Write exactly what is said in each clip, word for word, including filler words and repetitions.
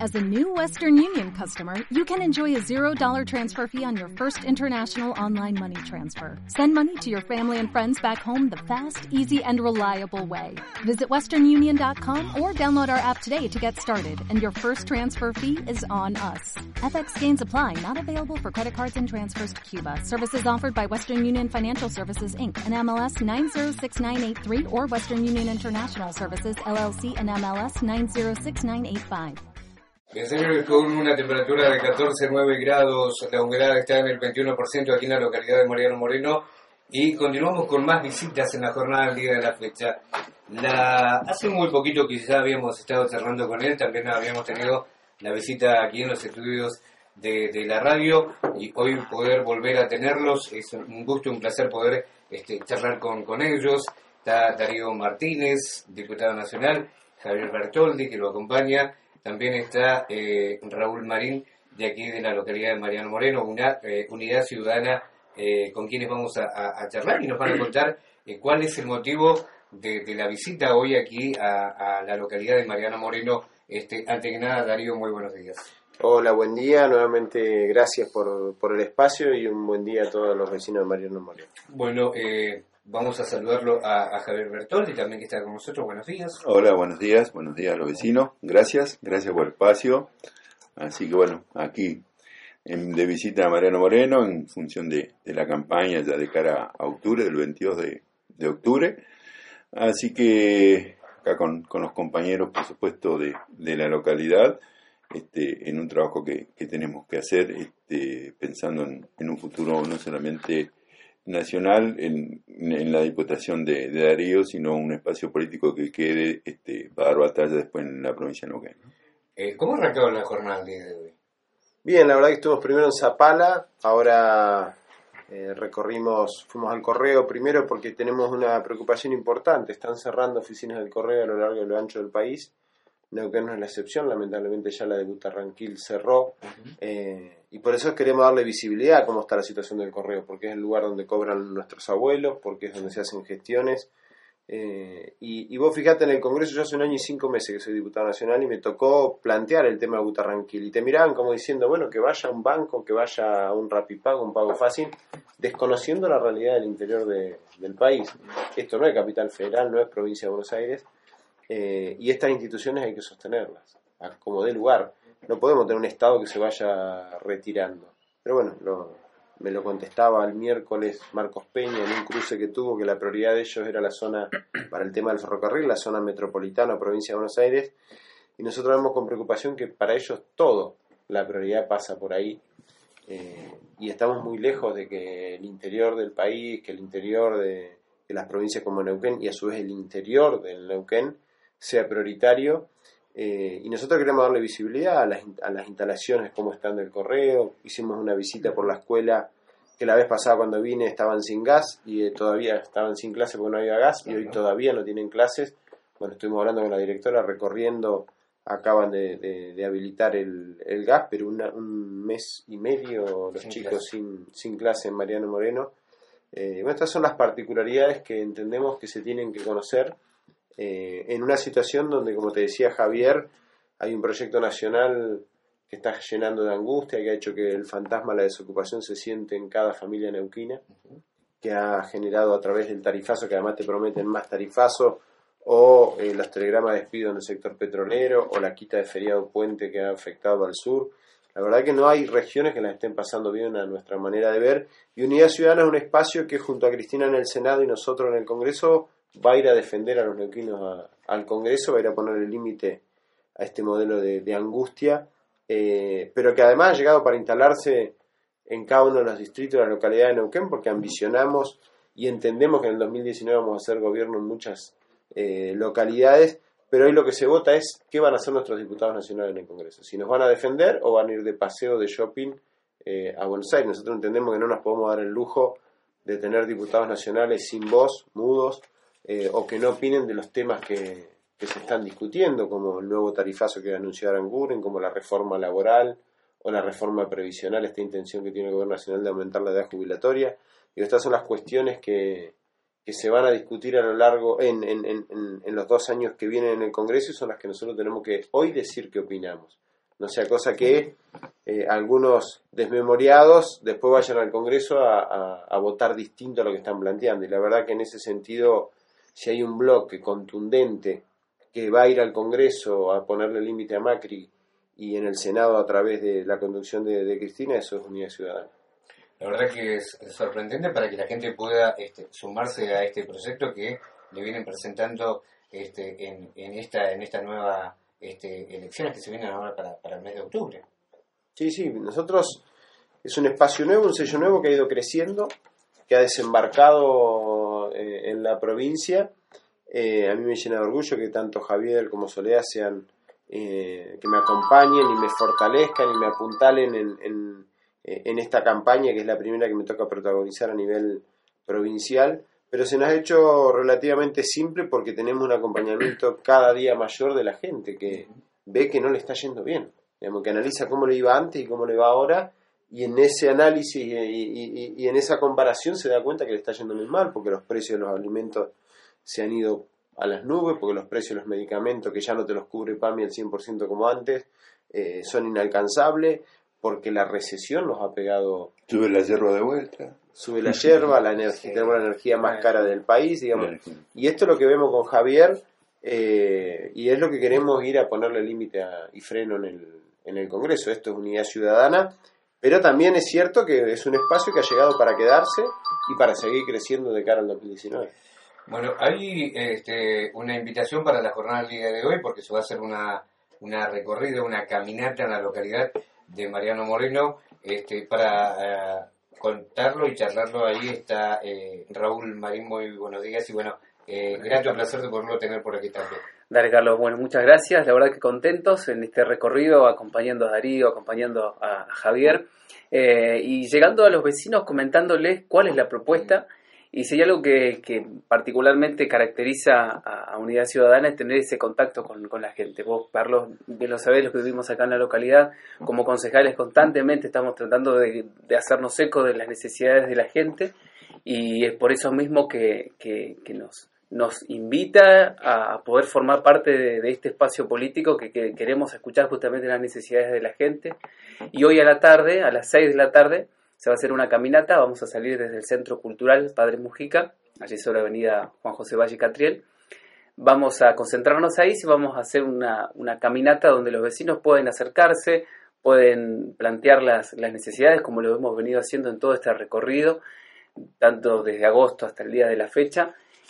As a new Western Union customer, you can enjoy a zero dollar transfer fee on your first international online money transfer. Send money to your family and friends back home the fast, easy, and reliable way. Visit western union dot com or download our app today to get started, and your first transfer fee is on us. F X gains apply, not available for credit cards and transfers to Cuba. Services offered by Western Union Financial Services, Incorporated, and M L S nine zero six nine eight three or Western Union International Services, L L C, and M L S nine zero six nine eight five. Bien, señores, con una temperatura de catorce coma nueve grados, la humedad está en el veintiuno por ciento aquí en la localidad de Mariano Moreno, y continuamos con más visitas en la jornada del día de la fecha. La, hace muy poquito que ya habíamos estado charlando con él, también habíamos tenido la visita aquí en los estudios de, de la radio, y hoy poder volver a tenerlos, es un gusto, un placer poder este, charlar con, con ellos. Está Darío Martínez, diputado nacional, Javier Bertoldi, que lo acompaña. También está eh, Raúl Marín, de aquí de la localidad de Mariano Moreno, una eh, unidad ciudadana eh, con quienes vamos a, a, a charlar y nos van a contar eh, cuál es el motivo de, de la visita hoy aquí a, a la localidad de Mariano Moreno. Este, antes que nada, Darío, muy buenos días. Hola, buen día. Nuevamente gracias por, por el espacio y un buen día a todos los vecinos de Mariano Moreno. Bueno, eh, vamos a saludarlo a, a Javier Bertoldi, también que está con nosotros. Buenos días. Hola, buenos días, buenos días a los vecinos. Gracias, gracias por el espacio. Así que bueno, aquí en, de visita a Mariano Moreno en función de, de la campaña ya de cara a octubre, del veintidós de, de octubre. Así que acá con, con los compañeros, por supuesto, de, de la localidad, este, en un trabajo que, que tenemos que hacer, este, pensando en, en un futuro no solamente nacional en, en la Diputación de, de Darío, sino un espacio político que quede este, para dar batalla después en la provincia de Neuquén. Eh, ¿Cómo arrancaba la jornada el día de hoy? Bien, la verdad que estuvimos primero en Zapala, ahora eh, recorrimos, fuimos al correo primero porque tenemos una preocupación importante, están cerrando oficinas del correo a lo largo y lo ancho del país. Neuquén no es la excepción, lamentablemente ya la de Butarranquil cerró, uh-huh. eh, y por eso queremos darle visibilidad a cómo está la situación del correo, porque es el lugar donde cobran nuestros abuelos, porque es donde se hacen gestiones, eh, y, y vos fijate, en el Congreso yo hace un año y cinco meses que soy diputado nacional y me tocó plantear el tema de Butarranquil, y te miraban como diciendo, bueno, que vaya a un banco, que vaya a un Rapipago, un pago fácil, desconociendo la realidad del interior de, del país. Esto no es Capital Federal, no es provincia de Buenos Aires. Eh, y estas instituciones hay que sostenerlas, como dé lugar. No podemos tener un Estado que se vaya retirando. Pero bueno, lo, me lo contestaba el miércoles Marcos Peña en un cruce que tuvo, que la prioridad de ellos era la zona, para el tema del ferrocarril, la zona metropolitana, provincia de Buenos Aires, y nosotros vemos con preocupación que para ellos todo, la prioridad pasa por ahí, eh, y estamos muy lejos de que el interior del país, que el interior de, de las provincias como Neuquén, y a su vez el interior del Neuquén, sea prioritario, eh, y nosotros queremos darle visibilidad a las, a las instalaciones como están del correo. Hicimos una visita por la escuela que la vez pasada cuando vine estaban sin gas y eh, todavía estaban sin clase porque no había gas, y hoy todavía no tienen clases. Bueno, estuvimos hablando con la directora, recorriendo, acaban de, de, de habilitar el, el gas, pero una, un mes y medio los sin chicos clase. sin, sin clase en Mariano Moreno. Eh, bueno, estas son las particularidades que entendemos que se tienen que conocer. Eh, en una situación donde, como te decía Javier, hay un proyecto nacional que está llenando de angustia, que ha hecho que el fantasma de la desocupación se siente en cada familia neuquina, que ha generado a través del tarifazo, que además te prometen más tarifazo, o eh, los telegramas de despido en el sector petrolero, o la quita de feriado puente que ha afectado al sur. La verdad que no hay regiones que las estén pasando bien a nuestra manera de ver, y Unidad Ciudadana es un espacio que junto a Cristina en el Senado y nosotros en el Congreso va a ir a defender a los neuquinos a, al Congreso, va a ir a poner el límite a este modelo de, de angustia, eh, pero que además ha llegado para instalarse en cada uno de los distritos de la localidad de Neuquén, porque ambicionamos y entendemos que en el dos mil diecinueve vamos a hacer gobierno en muchas eh, localidades, pero hoy lo que se vota es qué van a hacer nuestros diputados nacionales en el Congreso, si nos van a defender o van a ir de paseo, de shopping eh, a Buenos Aires. Nosotros entendemos que no nos podemos dar el lujo de tener diputados nacionales sin voz, mudos, Eh, o que no opinen de los temas que, que se están discutiendo, como el nuevo tarifazo que anunció Aranguren, como la reforma laboral o la reforma previsional, esta intención que tiene el Gobierno Nacional de aumentar la edad jubilatoria. Y estas son las cuestiones que, que se van a discutir a lo largo, en, en, en, en los dos años que vienen en el Congreso, y son las que nosotros tenemos que hoy decir qué opinamos. No sea cosa que eh, algunos desmemoriados después vayan al Congreso a, a, a votar distinto a lo que están planteando. Y la verdad que en ese sentido, si hay un bloque contundente que va a ir al Congreso a ponerle límite a Macri y en el Senado a través de la conducción de, de Cristina, eso es Unidad Ciudadana. La verdad que es sorprendente para que la gente pueda este, sumarse a este proyecto que le vienen presentando este, en, en esta en esta nueva este, elecciones que se vienen ahora para, para el mes de octubre. Sí, sí, nosotros es un espacio nuevo, un sello nuevo que ha ido creciendo, que ha desembarcado eh, en la provincia. Eh, a mí me llena de orgullo que tanto Javier como Soledad sean, eh, que me acompañen y me fortalezcan y me apuntalen en, en, en esta campaña, que es la primera que me toca protagonizar a nivel provincial. Pero se nos ha hecho relativamente simple porque tenemos un acompañamiento cada día mayor de la gente que ve que no le está yendo bien, digamos, que analiza cómo le iba antes y cómo le va ahora, y en ese análisis y, y, y, y en esa comparación se da cuenta que le está yendo muy mal porque los precios de los alimentos se han ido a las nubes, porque los precios de los medicamentos, que ya no te los cubre PAMI al cien por ciento como antes, eh, son inalcanzables, porque la recesión nos ha pegado. Sube la yerba de vuelta. Sube la yerba, la energía, sí. Tenemos la energía más cara del país, digamos. Y esto es lo que vemos con Javier, eh, y es lo que queremos ir a ponerle límite y freno en el, en el Congreso. Esto es Unidad Ciudadana, pero también es cierto que es un espacio que ha llegado para quedarse y para seguir creciendo de cara al dos mil diecinueve. Bueno, hay este, una invitación para la jornada del día de hoy, porque se va a hacer una, una recorrida, una caminata en la localidad de Mariano Moreno. Este, para uh, contarlo y charlarlo, ahí está eh, Raúl Marín. Muy buenos días y bueno, eh, grato placer de poderlo tener por aquí también. Dale, Carlos, bueno, muchas gracias. La verdad que contentos en este recorrido, acompañando a Darío, acompañando a Javier, eh, y llegando a los vecinos comentándoles cuál es la propuesta. Y si hay algo que, que particularmente caracteriza a, a Unidad Ciudadana es tener ese contacto con, con la gente. Vos, Carlos, bien lo sabés, los que vivimos acá en la localidad, como concejales constantemente estamos tratando de, de hacernos eco de las necesidades de la gente, y es por eso mismo que, que, que nos, nos invita a poder formar parte de, de este espacio político que, que queremos escuchar justamente las necesidades de la gente. Y hoy a la tarde, a las seis de la tarde, se va a hacer una caminata. Vamos a salir desde el Centro Cultural Padre Mujica, allí sobre la avenida Juan José Valle Catriel. Vamos a concentrarnos ahí y vamos a hacer una, una caminata donde los vecinos pueden acercarse, pueden plantear las, las necesidades, como lo hemos venido haciendo en todo este recorrido, tanto desde agosto hasta el día de la fecha.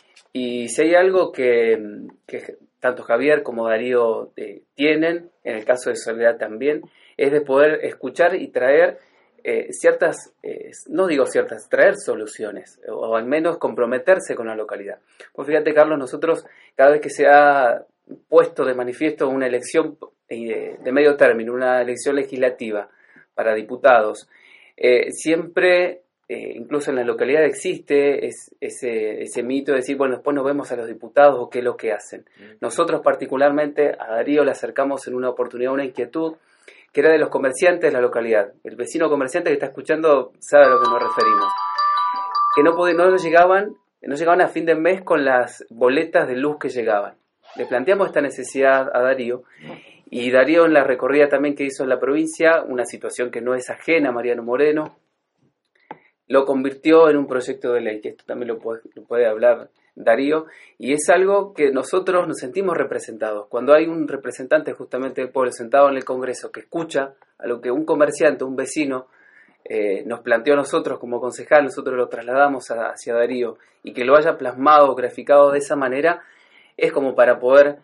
Y si hay algo que, que tanto Javier como Darío eh, tienen, en el caso de Soledad también, es de poder escuchar y traer Eh, ciertas, eh, no digo ciertas, traer soluciones, o, o al menos comprometerse con la localidad. Pues fíjate, Carlos, nosotros cada vez que se ha puesto de manifiesto una elección eh, de medio término, una elección legislativa para diputados, eh, siempre, eh, incluso en la localidad existe es, ese, ese mito de decir, bueno, después nos vemos a los diputados o qué es lo que hacen. Nosotros particularmente a Darío le acercamos en una oportunidad una inquietud que era de los comerciantes de la localidad. El vecino comerciante que está escuchando sabe a lo que nos referimos. Que no, pod- no llegaban, no llegaban a fin de mes con las boletas de luz que llegaban. Le planteamos esta necesidad a Darío, y Darío, en la recorrida también que hizo en la provincia, una situación que no es ajena a Mariano Moreno, lo convirtió en un proyecto de ley, que esto también lo puede, lo puede hablar Darío, y es algo que nosotros nos sentimos representados. Cuando hay un representante justamente del pueblo sentado en el Congreso que escucha a lo que un comerciante, un vecino, eh, nos planteó a nosotros como concejal, nosotros lo trasladamos a, hacia Darío, y que lo haya plasmado o graficado de esa manera, es como para poder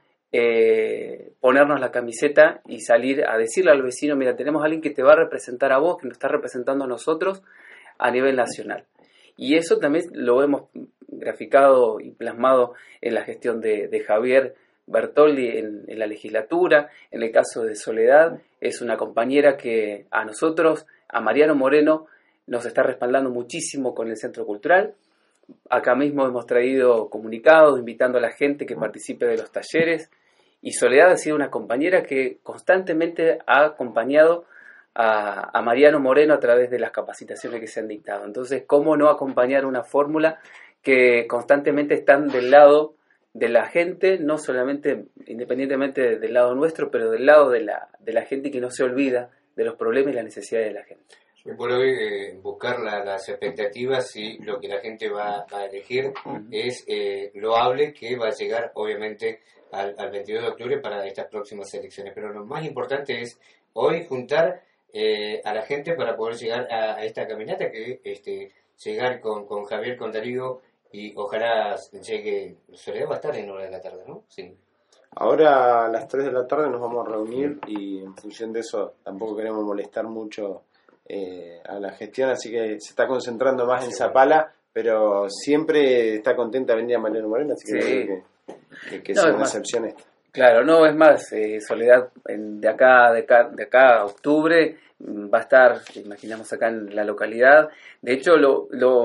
eh, ponernos la camiseta y salir a decirle al vecino, mira, tenemos a alguien que te va a representar a vos, que nos está representando a nosotros a nivel nacional. Y eso también lo hemos graficado y plasmado en la gestión de, de Javier Bertoldi en, en la legislatura. En el caso de Soledad, es una compañera que a nosotros, a Mariano Moreno, nos está respaldando muchísimo con el Centro Cultural. Acá mismo hemos traído comunicados invitando a la gente que participe de los talleres, y Soledad ha sido una compañera que constantemente ha acompañado A, a Mariano Moreno a través de las capacitaciones que se han dictado. Entonces, ¿cómo no acompañar una fórmula que constantemente están del lado de la gente, no solamente independientemente del lado nuestro, pero del lado de la, de la gente que no se olvida de los problemas y las necesidades de la gente. Por hoy, eh, buscar la, las expectativas y lo que la gente va, va a elegir uh-huh. es eh, loable, que va a llegar obviamente al, al veintidós de octubre para estas próximas elecciones. Pero lo más importante es hoy juntar eh, a la gente para poder llegar a, a esta caminata, que este llegar con, con Javier, con Darío, y ojalá llegue. Soledad va a estar en hora de la tarde, ¿no? Sí. Ahora a las tres de la tarde nos vamos a reunir y en función de eso tampoco queremos molestar mucho eh, a la gestión, así que se está concentrando más en Zapala, pero siempre está contenta venir a Mariano Moreno, así que sí. creo que, que, que no, sea es una más, excepción esta. Claro, no, es más, eh, Soledad en, de acá de acá de acá a octubre va a estar, imaginamos, acá en la localidad. De hecho, lo, lo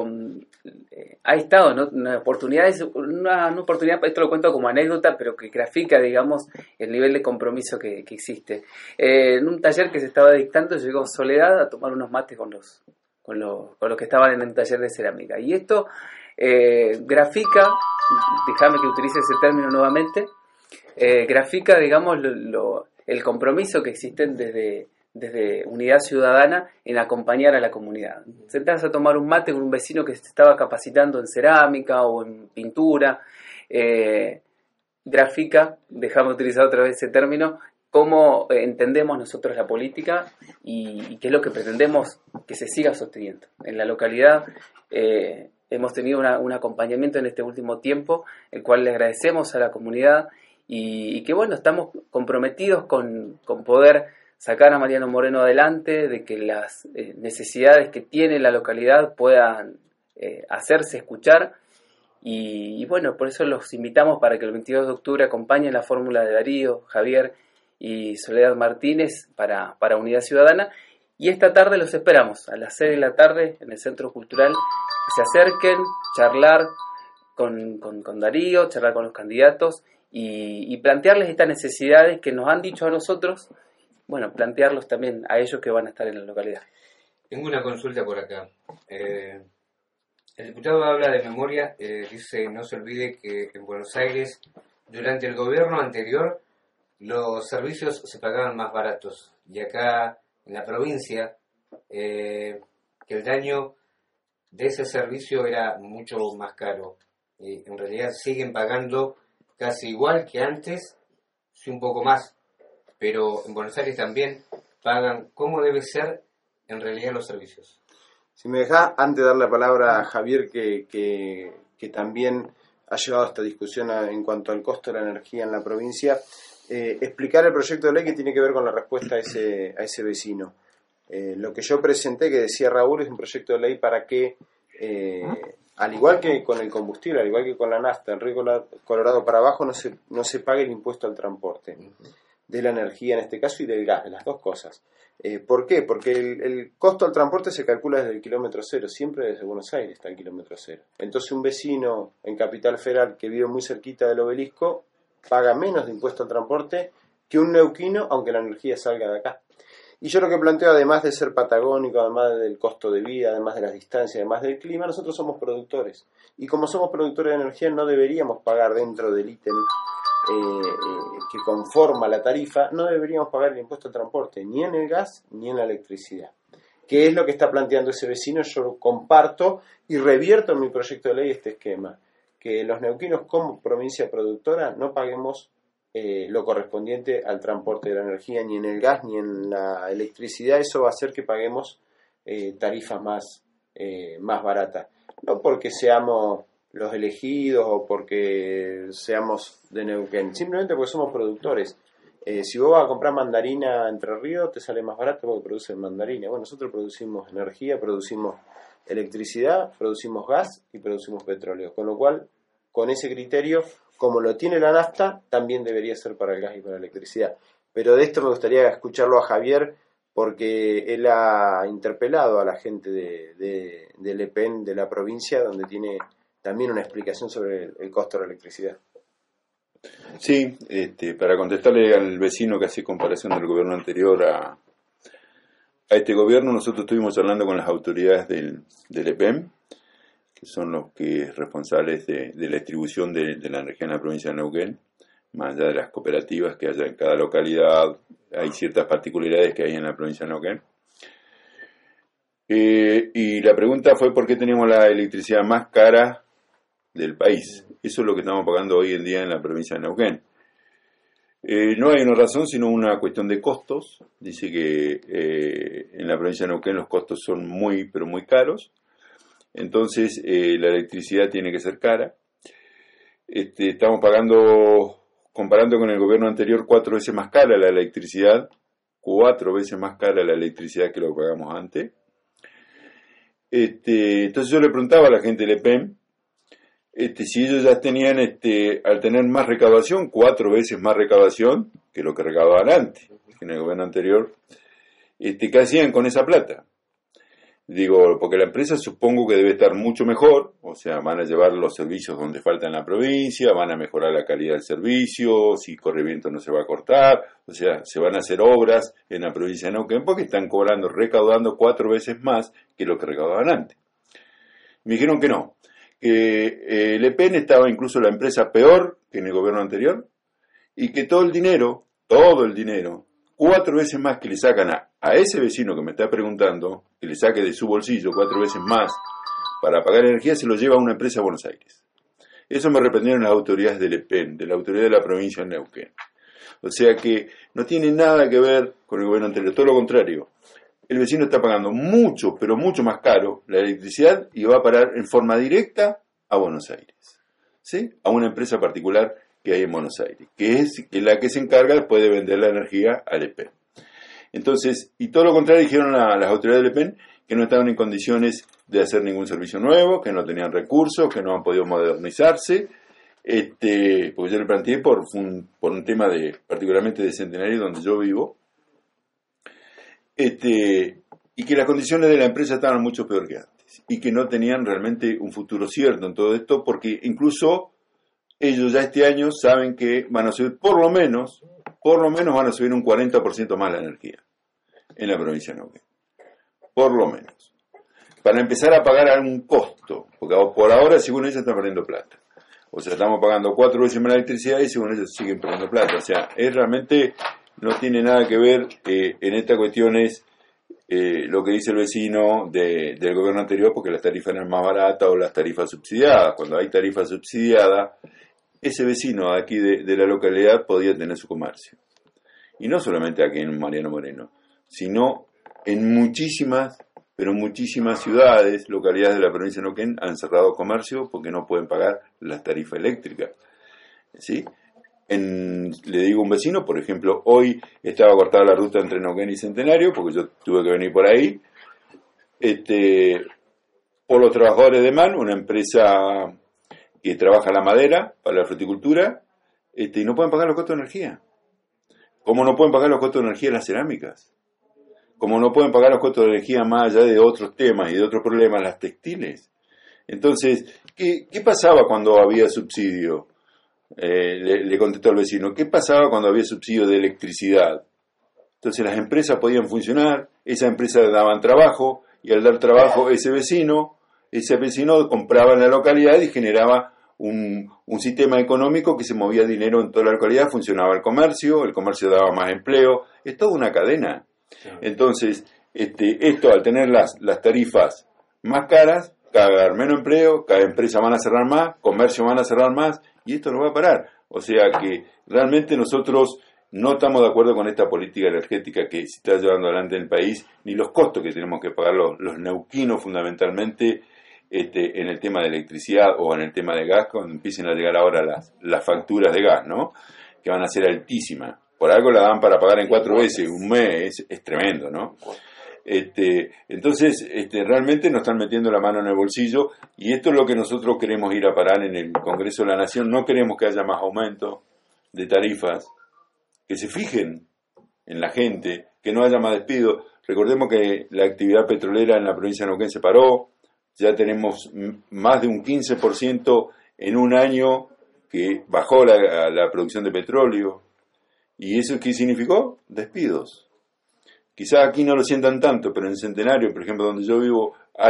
eh, ha estado, ¿no? Una oportunidad, una, una oportunidad, esto lo cuento como anécdota, pero que grafica, digamos, el nivel de compromiso que, que existe. Eh, en un taller que se estaba dictando, llegó Soledad a tomar unos mates con los, con los, con los que estaban en el taller de cerámica. Y esto eh, grafica, déjame que utilice ese término nuevamente, eh, grafica, digamos, lo, lo, el compromiso que existen desde desde Unidad Ciudadana en acompañar a la comunidad. Sentarse a tomar un mate con un vecino que se estaba capacitando en cerámica o en pintura, eh, grafica, déjame utilizar otra vez ese término, cómo entendemos nosotros la política y, y qué es lo que pretendemos que se siga sosteniendo. En la localidad eh, hemos tenido una, un acompañamiento en este último tiempo, el cual le agradecemos a la comunidad y, y que bueno, estamos comprometidos con, con poder sacar a Mariano Moreno adelante, de que las eh, necesidades que tiene la localidad puedan eh, hacerse escuchar y, y bueno, por eso los invitamos para que el veintidós de octubre acompañen la fórmula de Darío, Javier y Soledad Martínez para, para Unidad Ciudadana, y esta tarde los esperamos a las seis de la tarde en el Centro Cultural, que se acerquen, charlar con, con, con Darío, charlar con los candidatos y, y plantearles estas necesidades que nos han dicho a nosotros. Bueno, plantearlos también a ellos que van a estar en la localidad. Tengo una consulta por acá. Eh, el diputado habla de memoria, eh, dice, no se olvide que en Buenos Aires, durante el gobierno anterior, los servicios se pagaban más baratos. Y acá, en la provincia, eh, que el daño de ese servicio era mucho más caro. Eh, en realidad siguen pagando casi igual que antes, sí un poco más. Pero en Buenos Aires también pagan cómo debe ser en realidad los servicios. Si me dejás, antes de dar la palabra a Javier, que, que, que también ha llevado esta discusión a, en cuanto al costo de la energía en la provincia, eh, explicar el proyecto de ley que tiene que ver con la respuesta a ese, a ese vecino. Eh, lo que yo presenté, que decía Raúl, es un proyecto de ley para que, eh, al igual que con el combustible, al igual que con la nafta, el Río Colorado para abajo, no se, no se pague el impuesto al transporte. De la energía en este caso y del gas, de las dos cosas. Eh, ¿Por qué? Porque el, el costo del transporte se calcula desde el kilómetro cero, siempre desde Buenos Aires está el kilómetro cero. Entonces un vecino en Capital Federal que vive muy cerquita del obelisco paga menos de impuesto al transporte que un neuquino, aunque la energía salga de acá. Y yo lo que planteo, además de ser patagónico, además del costo de vida, además de las distancias, además del clima, nosotros somos productores. Y como somos productores de energía, no deberíamos pagar dentro del ítem Eh, eh, que conforma la tarifa, no deberíamos pagar el impuesto al transporte, ni en el gas ni en la electricidad. ¿Qué es lo que está planteando ese vecino? Yo lo comparto y revierto en mi proyecto de ley este esquema, que los neuquinos como provincia productora no paguemos eh, lo correspondiente al transporte de la energía, ni en el gas ni en la electricidad. Eso va a hacer que paguemos eh, tarifas más, eh, más baratas, no porque seamos los elegidos o porque seamos de Neuquén, simplemente porque somos productores. Eh, si vos vas a comprar mandarina Entre Ríos, te sale más barato porque producen mandarina. Bueno, nosotros producimos energía, producimos electricidad, producimos gas y producimos petróleo, con lo cual, con ese criterio, como lo tiene la nafta, también debería ser para el gas y para la electricidad. Pero de esto me gustaría escucharlo a Javier, porque él ha interpelado a la gente de, de, del E P E N de la provincia, donde tiene también una explicación sobre el, el costo de la electricidad. Sí, este, para contestarle al vecino que hace comparación del gobierno anterior a, a este gobierno, nosotros estuvimos hablando con las autoridades del, del E P E M, que son los que responsables de, de la distribución de, de la energía en la provincia de Neuquén, más allá de las cooperativas que haya en cada localidad, hay ciertas particularidades que hay en la provincia de Neuquén. Eh, y la pregunta fue por qué tenemos la electricidad más cara del país. Eso es lo que estamos pagando hoy en día en la provincia de Neuquén. Eh, no hay una razón, sino una cuestión de costos. Dice que eh, en la provincia de Neuquén los costos son muy, pero muy caros. Entonces eh, la electricidad tiene que ser cara. Este, estamos pagando, comparando con el gobierno anterior, cuatro veces más cara la electricidad, cuatro veces más cara la electricidad que lo que pagamos antes. Este, entonces yo le preguntaba a la gente del E P E M este, si ellos ya tenían, este, al tener más recaudación, cuatro veces más recaudación que lo que recaudaban antes, en el gobierno anterior, este, ¿qué hacían con esa plata? Digo, porque la empresa supongo que debe estar mucho mejor, o sea, van a llevar los servicios donde falta en la provincia, van a mejorar la calidad del servicio, si corre viento no se va a cortar, o sea, se van a hacer obras en la provincia de Neuquén porque están cobrando, recaudando cuatro veces más que lo que recaudaban antes. Me dijeron que no, que eh, el E P E N estaba incluso la empresa peor que en el gobierno anterior y que todo el dinero, todo el dinero, cuatro veces más que le sacan a, a ese vecino que me está preguntando, que le saque de su bolsillo cuatro veces más para pagar energía, se lo lleva a una empresa a Buenos Aires. Eso me reprendieron las autoridades del E P E N, de la autoridad de la provincia de Neuquén. O sea que no tiene nada que ver con el gobierno anterior, todo lo contrario. El vecino está pagando mucho, pero mucho más caro la electricidad y va a parar en forma directa a Buenos Aires, ¿sí? A una empresa particular que hay en Buenos Aires, que es la que se encarga después de vender la energía al E P E N. Entonces, y todo lo contrario dijeron a las autoridades del E P E N que no estaban en condiciones de hacer ningún servicio nuevo, que no tenían recursos, que no han podido modernizarse, este, porque yo le planteé por un, por un tema de, particularmente de Centenario, donde yo vivo, este, y que las condiciones de la empresa estaban mucho peor que antes, y que no tenían realmente un futuro cierto en todo esto, porque incluso ellos ya este año saben que van a subir por lo menos, por lo menos van a subir un cuarenta por ciento más la energía en la provincia de Neuquén. Por lo menos. Para empezar a pagar algún costo, porque por ahora, según ellos, están perdiendo plata. O sea, estamos pagando cuatro veces más la electricidad y según ellos siguen perdiendo plata. O sea, es realmente, no tiene nada que ver eh, en esta cuestión es eh, lo que dice el vecino de, del gobierno anterior, porque las tarifas eran más baratas o las tarifas subsidiadas. Cuando hay tarifa subsidiada, ese vecino aquí de, de la localidad podía tener su comercio. Y no solamente aquí en Mariano Moreno, sino en muchísimas, pero muchísimas ciudades, localidades de la provincia de Neuquén han cerrado comercio porque no pueden pagar las tarifas eléctricas. ¿Sí? En, le digo a un vecino, por ejemplo, hoy estaba cortada la ruta entre Neuquén y Centenario, porque yo tuve que venir por ahí, este, por los trabajadores de M A N, una empresa que trabaja la madera para la fruticultura, este, y no pueden pagar los costos de energía. ¿Cómo no pueden pagar los costos de energía las cerámicas? ¿Cómo no pueden pagar los costos de energía más allá de otros temas y de otros problemas las textiles? Entonces, ¿qué, qué pasaba cuando había subsidio? Eh, le, le contestó al vecino, ¿qué pasaba cuando había subsidio de electricidad? Entonces las empresas podían funcionar, esas empresas daban trabajo, y al dar trabajo ese vecino, ese vecino compraba en la localidad y generaba un, un sistema económico que se movía dinero en toda la localidad, funcionaba el comercio, el comercio daba más empleo, es toda una cadena. Entonces, este, esto al tener las, las tarifas más caras, cada vez menos empleo, cada empresa van a cerrar más, comercio van a cerrar más, y esto no va a parar. O sea que realmente nosotros no estamos de acuerdo con esta política energética que se está llevando adelante en el país, ni los costos que tenemos que pagar los, los neuquinos fundamentalmente este, en el tema de electricidad o en el tema de gas, cuando empiecen a llegar ahora las, las facturas de gas, ¿no? Que van a ser altísimas. Por algo la dan para pagar en cuatro veces, un mes, es, es tremendo, ¿no? Este, entonces, este, realmente nos están metiendo la mano en el bolsillo y esto es lo que nosotros queremos ir a parar en el Congreso de la Nación. No queremos que haya más aumento de tarifas, que se fijen en la gente, que no haya más despido. Recordemos que la actividad petrolera en la provincia de Neuquén se paró, ya tenemos más de un quince por ciento en un año que bajó la, la producción de petróleo. ¿Y eso qué significó? Despidos. Quizá aquí no lo sientan tanto, pero en Centenario, por ejemplo, donde yo vivo, hay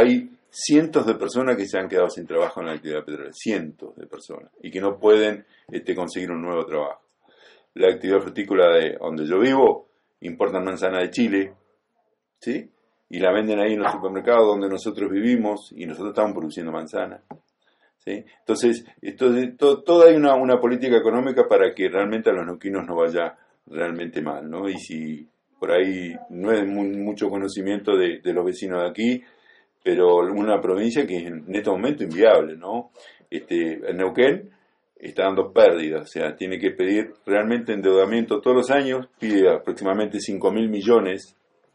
cientos de personas que se han quedado sin trabajo en la actividad petrolera, cientos de personas, y que no pueden este, conseguir un nuevo trabajo. La actividad frutícola de donde yo vivo, importan manzana de Chile, ¿sí? Y la venden ahí en los supermercados donde nosotros vivimos, y nosotros estamos produciendo manzana, ¿sí? Entonces, esto, todo, todo hay una, una política económica para que realmente a los neuquinos no vaya realmente mal, ¿no? Y si por ahí no es muy, mucho conocimiento de, de los vecinos de aquí, pero una provincia que es en este momento inviable, ¿no? Este, en Neuquén está dando pérdidas, o sea, tiene que pedir realmente endeudamiento todos los años, pide aproximadamente cinco mil millones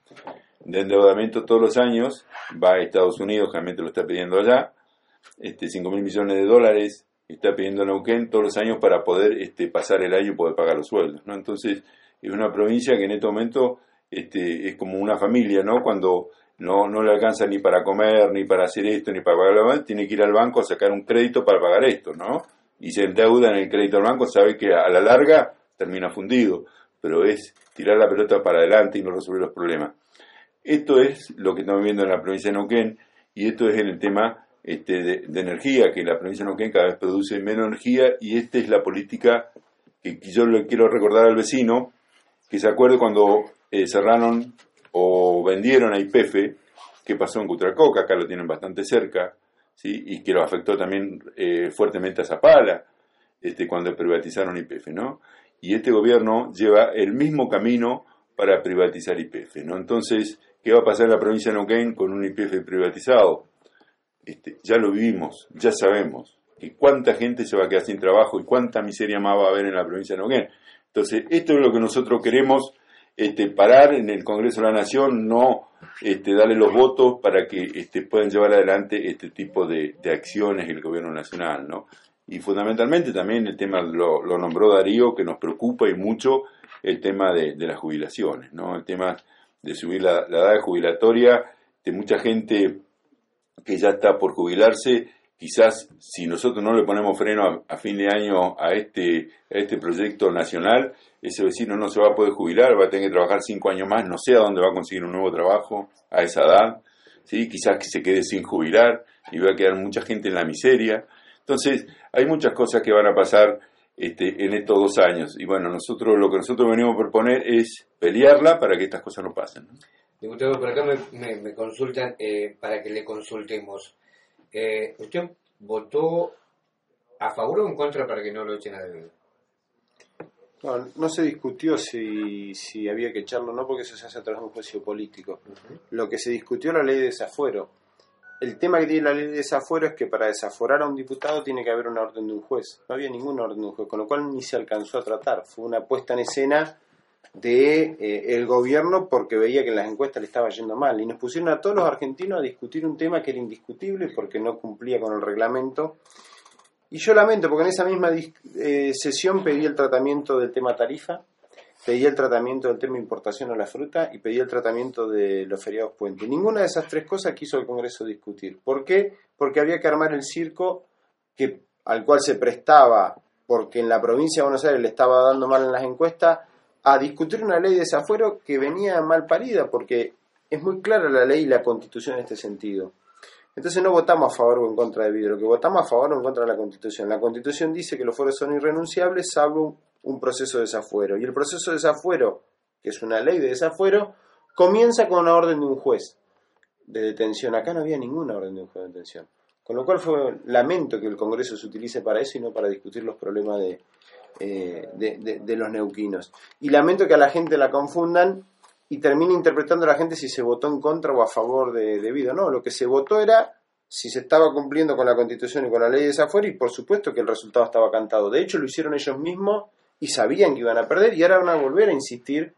de endeudamiento todos los años, va a Estados Unidos, realmente lo está pidiendo allá, este, cinco mil millones de dólares está pidiendo Neuquén todos los años para poder este, pasar el año y poder pagar los sueldos, ¿no? Entonces, es una provincia que en este momento este, es como una familia, ¿no? Cuando no, no le alcanza ni para comer, ni para hacer esto, ni para pagar la banca, tiene que ir al banco a sacar un crédito para pagar esto, ¿no? Y se endeuda en el crédito al banco, sabe que a la larga termina fundido, pero es tirar la pelota para adelante y no resolver los problemas. Esto es lo que estamos viendo en la provincia de Neuquén, y esto es en el tema este, de, de energía, que la provincia de Neuquén cada vez produce menos energía, y esta es la política que, que yo le quiero recordar al vecino, que se acuerde cuando eh, cerraron o vendieron a Y P F, que pasó en Cutracoca, acá lo tienen bastante cerca, ¿sí? Y que lo afectó también eh, fuertemente a Zapala, este, cuando privatizaron Y P F, ¿no? Y este gobierno lleva el mismo camino para privatizar Y P F, ¿no? Entonces, ¿qué va a pasar en la provincia de Neuquén con un Y P F privatizado? Este, ya lo vivimos, ya sabemos, que cuánta gente se va a quedar sin trabajo y cuánta miseria más va a haber en la provincia de Neuquén. Entonces, esto es lo que nosotros queremos este, parar en el Congreso de la Nación, no este, darle los votos para que este, puedan llevar adelante este tipo de, de acciones el gobierno nacional, ¿no? Y fundamentalmente también el tema, lo, lo nombró Darío, que nos preocupa y mucho, el tema de, de las jubilaciones, ¿no? El tema de subir la, la edad jubilatoria de mucha gente que ya está por jubilarse. Quizás si nosotros no le ponemos freno a, a fin de año a este, a este proyecto nacional, ese vecino no se va a poder jubilar, va a tener que trabajar cinco años más, no sé a dónde va a conseguir un nuevo trabajo a esa edad, ¿sí? Quizás que se quede sin jubilar y va a quedar mucha gente en la miseria. Entonces, hay muchas cosas que van a pasar este, en estos dos años. Y bueno, nosotros lo que nosotros venimos a proponer es pelearla para que estas cosas no pasen, ¿no? Diputado, por acá me, me, me consultan eh, para que le consultemos. Eh, ¿Usted votó a favor o en contra para que no lo echen a debido? No, no se discutió si, si había que echarlo o no, porque eso se hace a través de un juicio político. Uh-huh. Lo que se discutió es la ley de desafuero. El tema que tiene la ley de desafuero es que para desaforar a un diputado tiene que haber una orden de un juez. No había ninguna orden de un juez, con lo cual ni se alcanzó a tratar. Fue una puesta en escena de eh, el gobierno porque veía que en las encuestas le estaba yendo mal. Y nos pusieron a todos los argentinos a discutir un tema que era indiscutible porque no cumplía con el reglamento. Y yo lamento, porque en esa misma eh, sesión pedí el tratamiento del tema tarifa, pedí el tratamiento del tema importación a la fruta y pedí el tratamiento de los feriados puente. Ninguna de esas tres cosas quiso el Congreso discutir. ¿Por qué? Porque había que armar el circo que, al cual se prestaba, porque en la provincia de Buenos Aires le estaba dando mal en las encuestas, a discutir una ley de desafuero que venía mal parida, porque es muy clara la ley y la Constitución en este sentido. Entonces no votamos a favor o en contra de Vidro, lo que votamos a favor o en contra de la Constitución. La Constitución dice que los fueros son irrenunciables salvo un proceso de desafuero. Y el proceso de desafuero, que es una ley de desafuero, comienza con una orden de un juez de detención. Acá no había ninguna orden de un juez de detención. Con lo cual fue lamento que el Congreso se utilice para eso y no para discutir los problemas de, eh, de, de, de los neuquinos. Y lamento que a la gente la confundan y termine interpretando a la gente si se votó en contra o a favor de, de Vidro. No, lo que se votó era si se estaba cumpliendo con la Constitución y con la ley de desafuero, y por supuesto que el resultado estaba cantado. De hecho, lo hicieron ellos mismos y sabían que iban a perder, y ahora van a volver a insistir.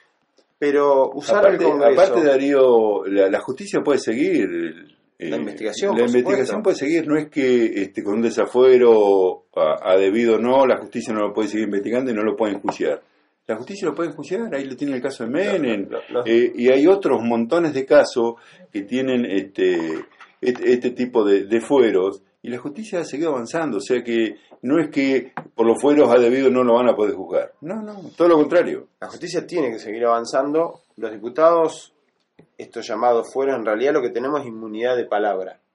Pero usar aparte, el Congreso... Aparte, Darío, la, la justicia puede seguir. Eh, la investigación, La investigación supuesto. puede seguir. No es que este, con un desafuero a, a debido no, la justicia no lo puede seguir investigando y no lo puede enjuiciar. La justicia lo puede enjuiciar, ahí lo tiene el caso de Menem, no, no, no. Eh, y hay otros montones de casos que tienen este, este, este tipo de, de fueros, y la justicia ha seguido avanzando, o sea que no es que por los fueros a debido no lo van a poder juzgar, no, no, todo lo contrario. La justicia tiene que seguir avanzando. Los diputados, estos llamados fueros, en realidad lo que tenemos es inmunidad de palabra.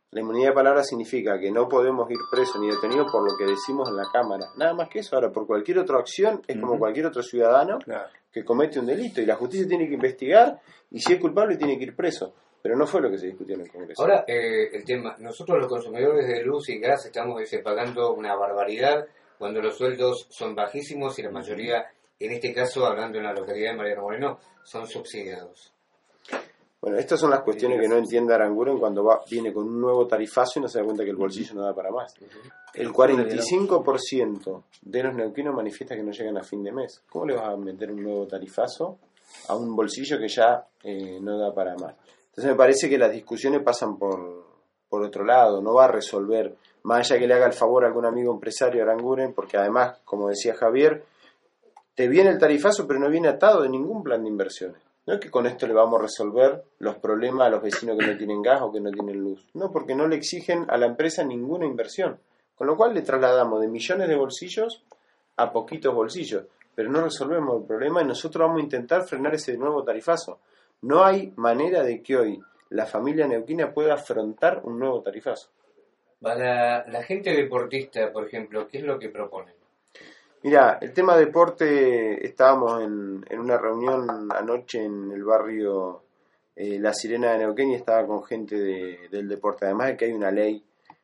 La inmunidad de palabra significa que no podemos ir presos ni detenidos por lo que decimos en la Cámara. Nada más que eso. Ahora, por cualquier otra acción, es uh-huh. como cualquier otro ciudadano claro. que comete un delito. Y la justicia tiene que investigar, y si es culpable tiene que ir preso. Pero no fue lo que se discutió en el Congreso. Ahora, eh, el tema. Nosotros los consumidores de luz y gas estamos ese, pagando una barbaridad cuando los sueldos son bajísimos y la mayoría, en este caso, hablando en la localidad de Mariano Moreno, son subsidiados. Bueno, estas son las cuestiones que no entiende Aranguren cuando va, viene con un nuevo tarifazo y no se da cuenta que el bolsillo no da para más. El cuarenta y cinco por ciento de los neuquinos manifiesta que no llegan a fin de mes. ¿Cómo le vas a meter un nuevo tarifazo a un bolsillo que ya eh, no da para más? Entonces me parece que las discusiones pasan por, por otro lado. No va a resolver, más allá que le haga el favor a algún amigo empresario Aranguren, porque además, como decía Javier, te viene el tarifazo pero no viene atado de ningún plan de inversiones. No es que con esto le vamos a resolver los problemas a los vecinos que no tienen gas o que no tienen luz. No, porque no le exigen a la empresa ninguna inversión. Con lo cual le trasladamos de millones de bolsillos a poquitos bolsillos. Pero no resolvemos el problema y nosotros vamos a intentar frenar ese nuevo tarifazo. No hay manera de que hoy la familia neuquina pueda afrontar un nuevo tarifazo. Para la gente deportista, por ejemplo, ¿qué es lo que proponen? Mira, el tema deporte, estábamos en, en una reunión anoche en el barrio eh, La Sirena de Neuquén y estaba con gente de, del deporte. Además de que hay una ley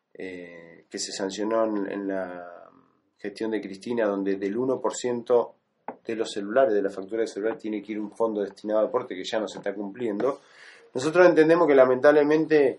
eh, que se sancionó en, en la gestión de Cristina, donde del uno por ciento de los celulares, de la factura de celular, tiene que ir un fondo destinado a deporte que ya no se está cumpliendo. Nosotros entendemos que lamentablemente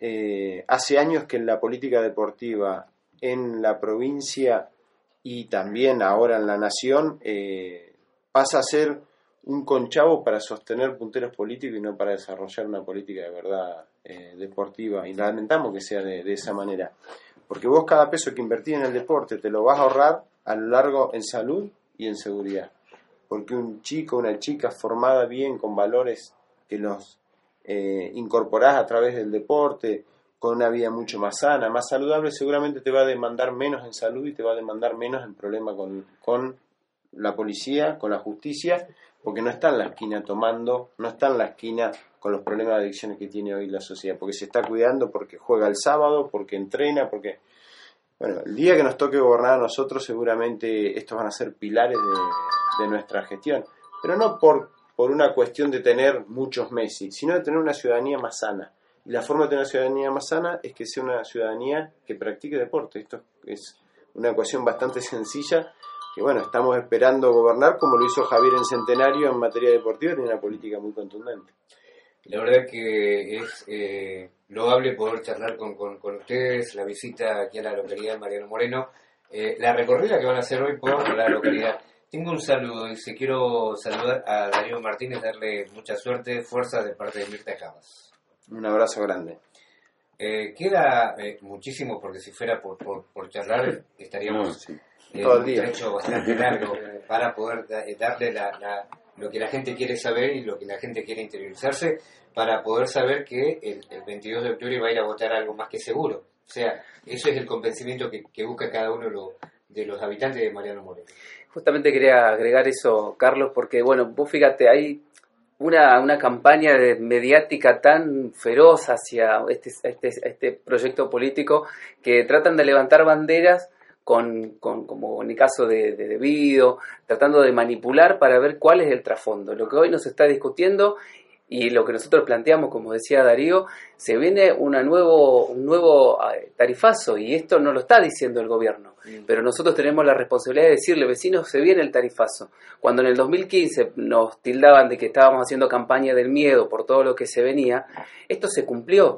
eh, hace años que en la política deportiva en la provincia y también ahora en la nación, eh, pasa a ser un conchavo para sostener punteros políticos y no para desarrollar una política de verdad eh, deportiva. Y lamentamos que sea de, de esa manera. Porque vos cada peso que invertís en el deporte te lo vas a ahorrar a lo largo en salud y en seguridad. Porque un chico, una chica formada bien, con valores que los eh, incorporás a través del deporte, con una vida mucho más sana, más saludable, seguramente te va a demandar menos en salud y te va a demandar menos en problema con, con la policía, con la justicia, porque no está en la esquina tomando, no está en la esquina con los problemas de adicciones que tiene hoy la sociedad, porque se está cuidando, porque juega el sábado, porque entrena, porque... Bueno, el día que nos toque gobernar a nosotros, seguramente estos van a ser pilares de, de nuestra gestión, pero no por, por una cuestión de tener muchos Messi, sino de tener una ciudadanía más sana. Y la forma de tener una ciudadanía más sana es que sea una ciudadanía que practique deporte. Esto es una ecuación bastante sencilla que, bueno, estamos esperando gobernar como lo hizo Javier en Centenario en materia deportiva, tiene una política muy contundente. La verdad que es eh, loable poder charlar con, con, con ustedes, la visita aquí a la localidad de Mariano Moreno, eh, la recorrida que van a hacer hoy por la localidad. Tengo un saludo, dice, quiero saludar a Darío Martínez, darle mucha suerte, fuerza de parte de Mirta Cabas. Un abrazo grande. Eh, queda eh, muchísimo, porque si fuera por, por, por charlar estaríamos no, sí. eh, todo el un día. trecho bastante largo para poder da, darle la, la, lo que la gente quiere saber y lo que la gente quiere interiorizarse, para poder saber que el, el veintidós de octubre va a ir a votar algo más que seguro. O sea, eso es el convencimiento que, que busca cada uno lo, de los habitantes de Mariano Moreno. Justamente quería agregar eso, Carlos, porque bueno, vos fíjate, hay Una, una campaña de, mediática tan feroz hacia este, este, este proyecto político, que tratan de levantar banderas con, con como en el caso de, de Debido, tratando de manipular para ver cuál es el trasfondo. Lo que hoy nos está discutiendo y lo que nosotros planteamos, como decía Darío, se viene una nuevo, un nuevo tarifazo, y esto no lo está diciendo el gobierno, mm. pero nosotros tenemos la responsabilidad de decirle, vecinos, se viene el tarifazo. Cuando en el dos mil quince nos tildaban de que estábamos haciendo campaña del miedo por todo lo que se venía, esto se cumplió.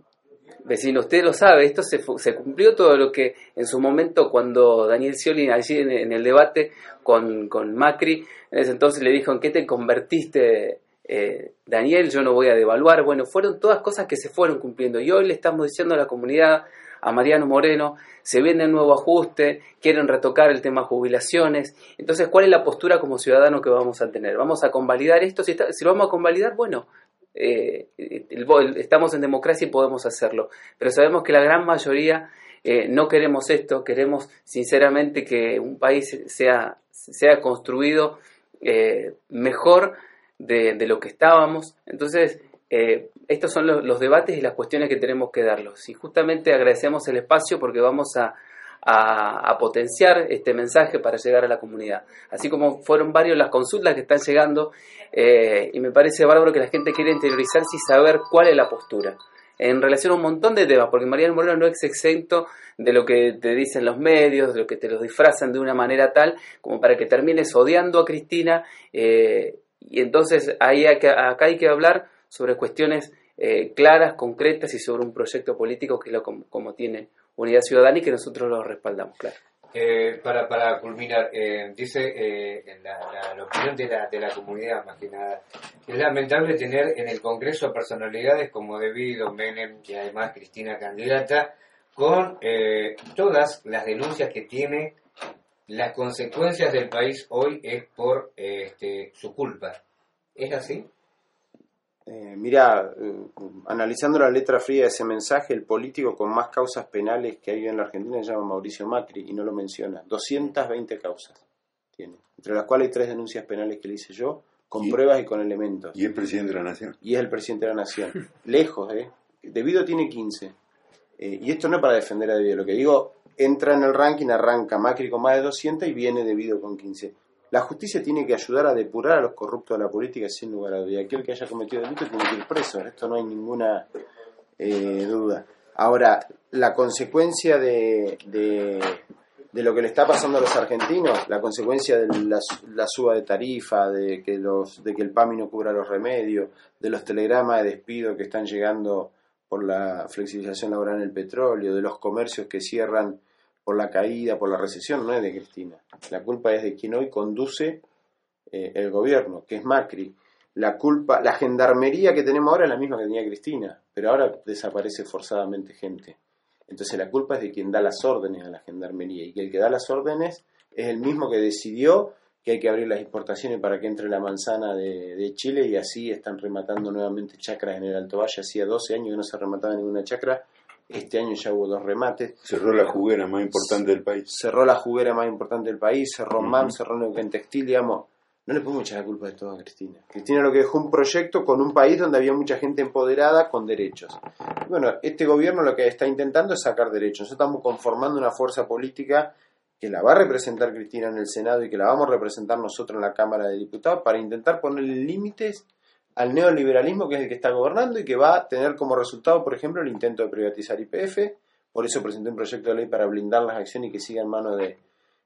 Vecino, usted lo sabe, esto se, se cumplió todo lo que en su momento, cuando Daniel Scioli allí en, en el debate con, con Macri, en ese entonces le dijo, ¿en qué te convertiste, Eh, Daniel? Yo no voy a devaluar. Bueno, fueron todas cosas que se fueron cumpliendo, y hoy le estamos diciendo a la comunidad, a Mariano Moreno, se viene un nuevo ajuste, quieren retocar el tema jubilaciones. Entonces, ¿cuál es la postura como ciudadano que vamos a tener? ¿Vamos a convalidar esto? Si, está, si lo vamos a convalidar, bueno, eh, el, el, estamos en democracia y podemos hacerlo, pero sabemos que la gran mayoría eh, no queremos esto. Queremos sinceramente que un país sea, sea construido eh, mejor De, de lo que estábamos. Entonces eh, estos son los, los debates y las cuestiones que tenemos que darlos. Y justamente agradecemos el espacio porque vamos a, a, a potenciar este mensaje para llegar a la comunidad. Así como fueron varias las consultas que están llegando, eh, y me parece bárbaro que la gente quiera interiorizarse y saber cuál es la postura en relación a un montón de temas, porque Mariano Moreno no es exento de lo que te dicen los medios, de lo que te los disfrazan de una manera tal como para que termines odiando a Cristina, eh, y entonces ahí hay que, acá hay que hablar sobre cuestiones eh, claras, concretas y sobre un proyecto político que es lo como, como tiene Unidad Ciudadana y que nosotros lo respaldamos, claro. Eh, para, para culminar, eh, dice eh, la, la, la opinión de la, de la comunidad, más que nada. Es lamentable tener en el Congreso personalidades como Debido, Menem y además Cristina candidata, con eh, todas las denuncias que tiene. Las consecuencias del país hoy es por eh, este, su culpa. ¿Es así? Eh, mira, eh, analizando la letra fría de ese mensaje, el político con más causas penales que hay en la Argentina se llama Mauricio Macri y no lo menciona. doscientas veinte causas tiene, entre las cuales hay tres denuncias penales que le hice yo, con ¿Y? pruebas y con elementos. Y es presidente de la Nación. Y es el presidente de la Nación. Lejos, ¿eh? Debido tiene quince. Eh, y esto no es para defender a Debido, lo que digo, entra en el ranking, arranca Macri con más de doscientas y viene Debido con quince. La justicia tiene que ayudar a depurar a los corruptos de la política sin lugar a dudas. Y aquel que haya cometido delito tiene que ir preso. En esto no hay ninguna eh, duda. Ahora, la consecuencia de, de, de lo que le está pasando a los argentinos, la consecuencia de la, la suba de tarifa, de que, los, de que el PAMI no cubra los remedios, de los telegramas de despido que están llegando por la flexibilización laboral en el petróleo, de los comercios que cierran por la caída, por la recesión, no es de Cristina. La culpa es de quien hoy conduce eh, el gobierno, que es Macri. La culpa, la gendarmería que tenemos ahora es la misma que tenía Cristina, pero ahora desaparece forzadamente gente. Entonces la culpa es de quien da las órdenes a la gendarmería, y que el que da las órdenes es el mismo que decidió que hay que abrir las exportaciones para que entre la manzana de, de Chile, y así están rematando nuevamente chacras en el Alto Valle. Hacía doce años que no se remataba ninguna chacra. Este año ya hubo dos remates. Cerró la juguera más importante del país. Cerró la juguera más importante del país, cerró uh-huh. M A M, cerró Neuquén Textil, digamos. No le podemos echar la culpa de todo a Cristina. Cristina lo que dejó un proyecto con un país donde había mucha gente empoderada con derechos. Y bueno, este gobierno lo que está intentando es sacar derechos. Nosotros estamos conformando una fuerza política que la va a representar Cristina en el Senado y que la vamos a representar nosotros en la Cámara de Diputados para intentar ponerle límites al neoliberalismo, que es el que está gobernando y que va a tener como resultado, por ejemplo, el intento de privatizar Y P F. Por eso presenté un proyecto de ley para blindar las acciones y que siga en manos de,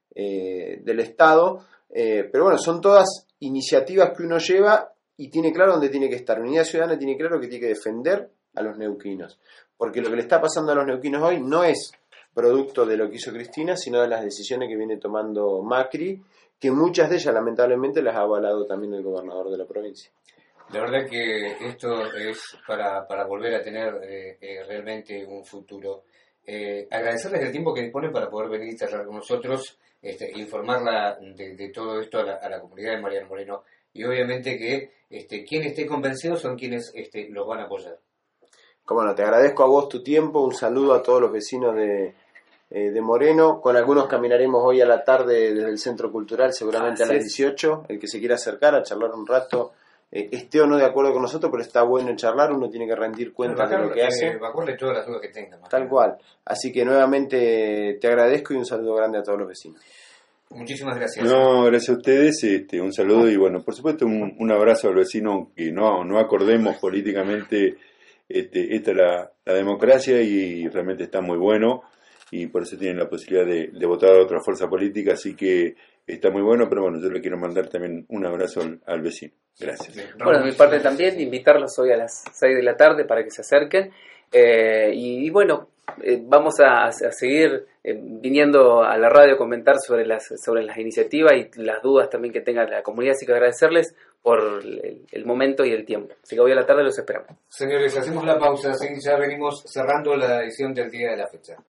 eh, del Estado. Eh, pero bueno, son todas iniciativas que uno lleva y tiene claro dónde tiene que estar. Unidad Ciudadana tiene claro que tiene que defender a los neuquinos. Porque lo que le está pasando a los neuquinos hoy no es producto de lo que hizo Cristina, sino de las decisiones que viene tomando Macri, que muchas de ellas lamentablemente las ha avalado también el gobernador de la provincia. La verdad que esto es para, para volver a tener eh, eh, realmente un futuro. Eh, agradecerles el tiempo que disponen para poder venir y charlar con nosotros, este, informarla de, de todo esto a la, a la comunidad de Mariano Moreno, y obviamente que este, quien esté convencido son quienes este, los van a apoyar. Como no, te agradezco a vos tu tiempo, un saludo a todos los vecinos de, eh, de Moreno. Con algunos caminaremos hoy a la tarde desde el Centro Cultural, seguramente ah, a las dieciocho. El que se quiera acercar a charlar un rato, eh, esté o no de acuerdo con nosotros, pero está bueno charlar, uno tiene que rendir cuentas de lo que hace. Evacuarle todas las dudas que tenga. Tal cual. Así que nuevamente te agradezco y un saludo grande a todos los vecinos. Muchísimas gracias. No, gracias a ustedes, este, un saludo y bueno, por supuesto un, un abrazo al vecino, que no, no acordemos políticamente, este, esta es la, la democracia y realmente está muy bueno y por eso tienen la posibilidad de, de votar a otra fuerza política, así que está muy bueno, pero bueno, yo le quiero mandar también un abrazo al, al vecino. Gracias. Bueno, de mi parte también, invitarlos hoy a las seis de la tarde para que se acerquen. Eh, y, y bueno, eh, vamos a, a seguir eh, viniendo a la radio a comentar sobre las, sobre las iniciativas y las dudas también que tenga la comunidad, así que agradecerles por el, el momento y el tiempo. Así que hoy a la tarde los esperamos. Señores, hacemos la pausa, así ya venimos cerrando la edición del día de la fecha.